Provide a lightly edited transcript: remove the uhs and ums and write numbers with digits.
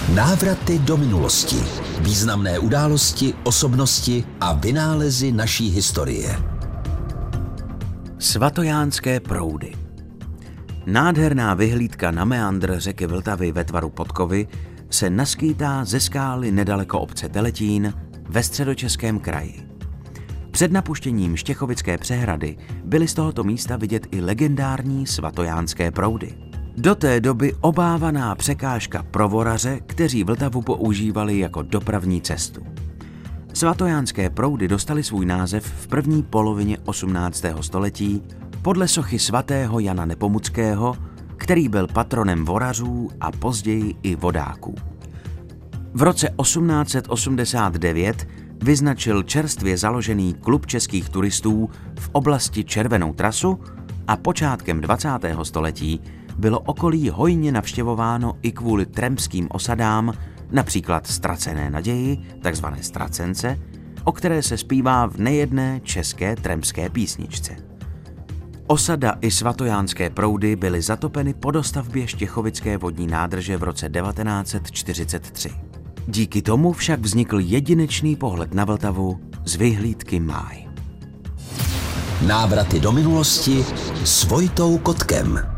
Návraty do minulosti. Významné události, osobnosti a vynálezy naší historie. Svatojánské proudy. Nádherná vyhlídka na meandr řeky Vltavy ve tvaru podkovy se naskýtá ze skály nedaleko obce Teletín ve Středočeském kraji. Před napuštěním Štěchovické přehrady byly z tohoto místa vidět i legendární svatojánské proudy. Do té doby obávaná překážka pro voraře, kteří Vltavu používali jako dopravní cestu. Svatojánské proudy dostaly svůj název v první polovině 18. století podle sochy svatého Jana Nepomuckého, který byl patronem vorařů a později i vodáků. V roce 1889 vyznačil čerstvě založený klub českých turistů v oblasti Červenou trasu a počátkem 20. století bylo okolí hojně navštěvováno i kvůli tremským osadám, například Ztracené naději, takzvané Stracence, o které se zpívá v nejedné české tremské písničce. Osada i svatojánské proudy byly zatopeny po dostavbě Štěchovické vodní nádrže v roce 1943. Díky tomu však vznikl jedinečný pohled na Vltavu z vyhlídky Máj. Návraty do minulosti s Vojtou Kotkem.